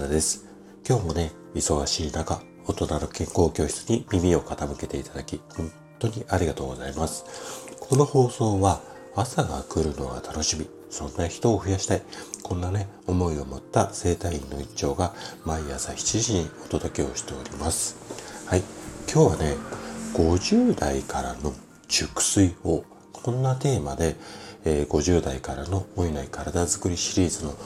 です。今日もね、忙しい中、大人の健康教室に耳を傾けていただき、本当にありがとうございます。この放送は、朝が来るのが楽しみ、そんな人を増やしたい、こんなね、思いを持った整体院の一長が毎朝7時にお届けをしております。はい、今日はね、50代からの熟睡法、こんなテーマで、50代からの老いない体づくりシリーズの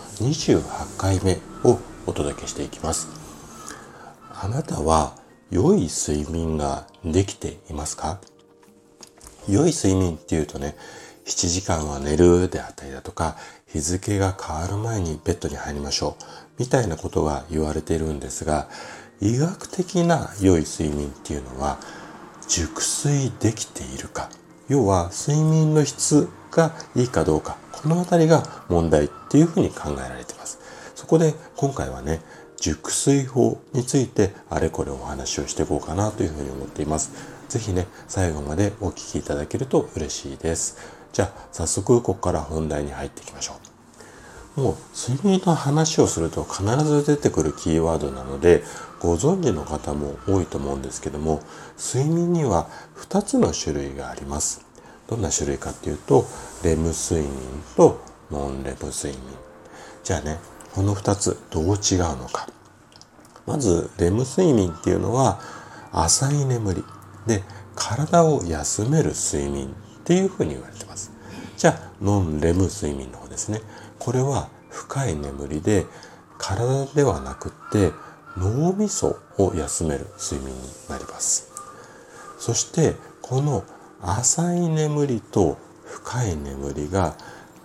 28回目をお届けしていきます。あなたは良い睡眠ができていますか？良い睡眠っていうとね、7時間は寝るであったりだとか、日付が変わる前にベッドに入りましょうみたいなことが言われているんですが、医学的な良い睡眠っていうのは熟睡できているか、要は睡眠の質がいいかどうか、このあたりが問題っていうふうに考えられています。そこで今回はね、熟睡法についてあれこれお話をしていこうかなというふうに思っています。ぜひね、最後までお聞きいただけると嬉しいです。じゃあ早速ここから本題に入っていきましょう。もう睡眠の話をすると必ず出てくるキーワードなので、ご存知の方も多いと思うんですけども、睡眠には2つの種類があります。どんな種類かっていうと、レム睡眠とノンレム睡眠。じゃあね、この2つどう違うのか。まずレム睡眠っていうのは浅い眠りで、体を休める睡眠っていうふうに言われてます。じゃあノンレム睡眠の方ですね。これは深い眠りで、体ではなくって脳みそを休める睡眠になります。そしてこの浅い眠りと深い眠りが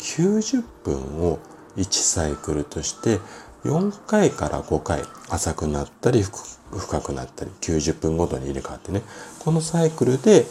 90分を1サイクルとして4回から5回浅くなったり深くなったり90分ごとに入れ替わってね、このサイクルで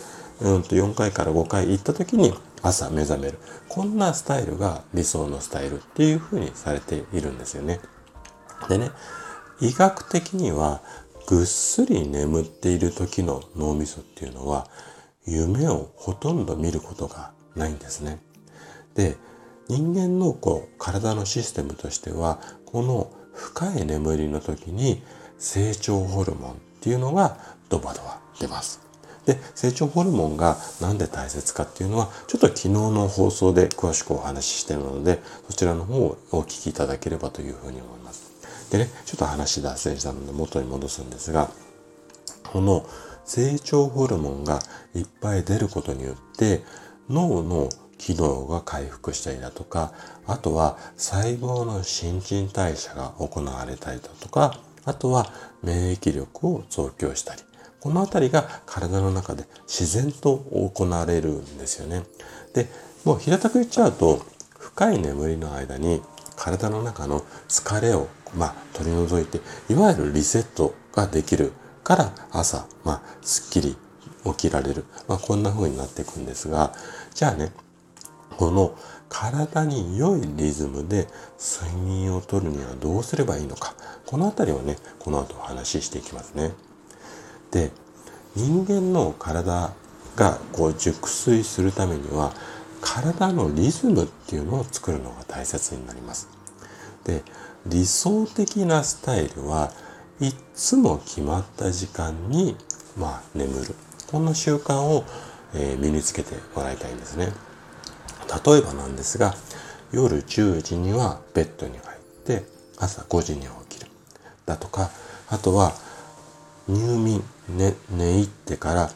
4回から5回行った時に朝目覚める、こんなスタイルが理想のスタイルっていう風にされているんですよね。でね、医学的にはぐっすり眠っている時の脳みそっていうのは夢をほとんど見ることがないんですね。で、人間の体のシステムとしては、この深い眠りの時に成長ホルモンっていうのがドバドバ出ます。で、成長ホルモンがなんで大切かっていうのは、ちょっと昨日の放送で詳しくお話ししているので、そちらの方をお聞きいただければというふうに思います。でね、ちょっと話脱線したので元に戻すんですが、この成長ホルモンがいっぱい出ることによって脳の機能が回復したりだとか、あとは細胞の新陳代謝が行われたりだとか、あとは免疫力を増強したり、このあたりが体の中で自然と行われるんですよね。で、もう平たく言っちゃうと、深い眠りの間に体の中の疲れを取り除いて、いわゆるリセットができるから朝、すっきり起きられる。こんな風になっていくんですが、じゃあね、この体に良いリズムで睡眠をとるにはどうすればいいのか。このあたりをね、この後お話ししていきますね。で、人間の体が熟睡するためには、体のリズムっていうのを作るのが大切になります。で、理想的なスタイルはいつも決まった時間に眠る、こんな習慣を身につけてもらいたいんですね。例えばなんですが、夜10時にはベッドに入って朝5時に起きるだとか、あとは入眠、寝入ってから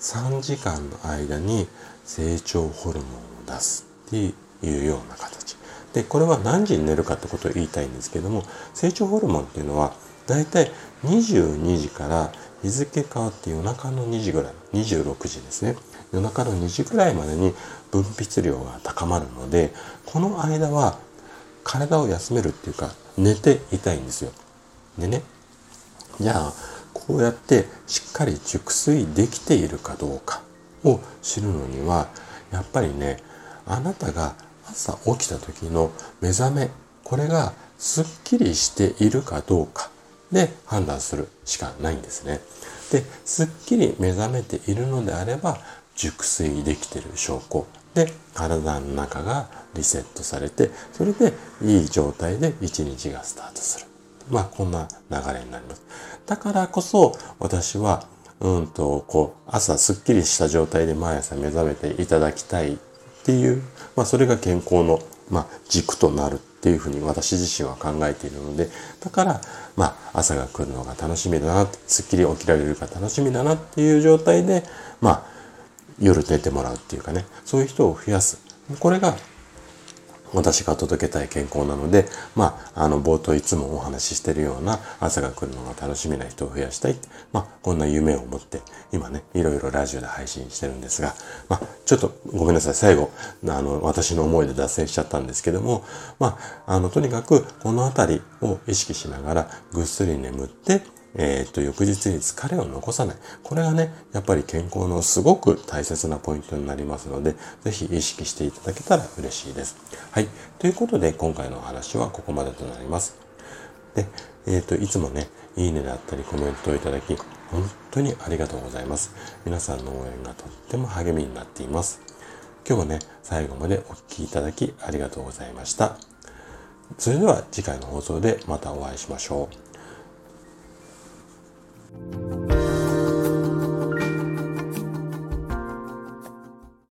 3時間の間に成長ホルモンを出すっていうような形で、これは何時に寝るかってことを言いたいんですけども、成長ホルモンっていうのはだいたい22時から日付変わって夜中の2時ぐらい、26時ですね、夜中の2時ぐらいまでに分泌量が高まるので、この間は体を休めるっていうか寝ていたいんですよ。でね、じゃあこうやってしっかり熟睡できているかどうかを知るのには、やっぱりね、あなたが朝起きた時の目覚め、これがすっきりしているかどうかで判断するしかないんですね。で、すっきり目覚めているのであれば熟睡できている証拠で、体の中がリセットされて、それでいい状態で一日がスタートする。 こんな流れになります。だからこそ、私は、朝すっきりした状態で毎朝目覚めていただきたいっていう、それが健康の、軸となるっていうふうに私自身は考えているので、だから、朝が来るのが楽しみだなって、すっきり起きられるから楽しみだなっていう状態で、夜寝てもらうっていうかね、そういう人を増やす。これが私が届けたい健康なので、冒頭いつもお話ししてるような朝が来るのが楽しみな人を増やしたい。こんな夢を持って、今ね、いろいろラジオで配信してるんですが、ちょっとごめんなさい。最後、私の思いで脱線しちゃったんですけども、とにかくこのあたりを意識しながらぐっすり眠って、翌日に疲れを残さない。これがね、やっぱり健康のすごく大切なポイントになりますので、ぜひ意識していただけたら嬉しいです。はい。ということで、今回のお話はここまでとなります。で、いつもね、いいねだったりコメントをいただき、本当にありがとうございます。皆さんの応援がとっても励みになっています。今日もね、最後までお聞きいただきありがとうございました。それでは次回の放送でまたお会いしましょう。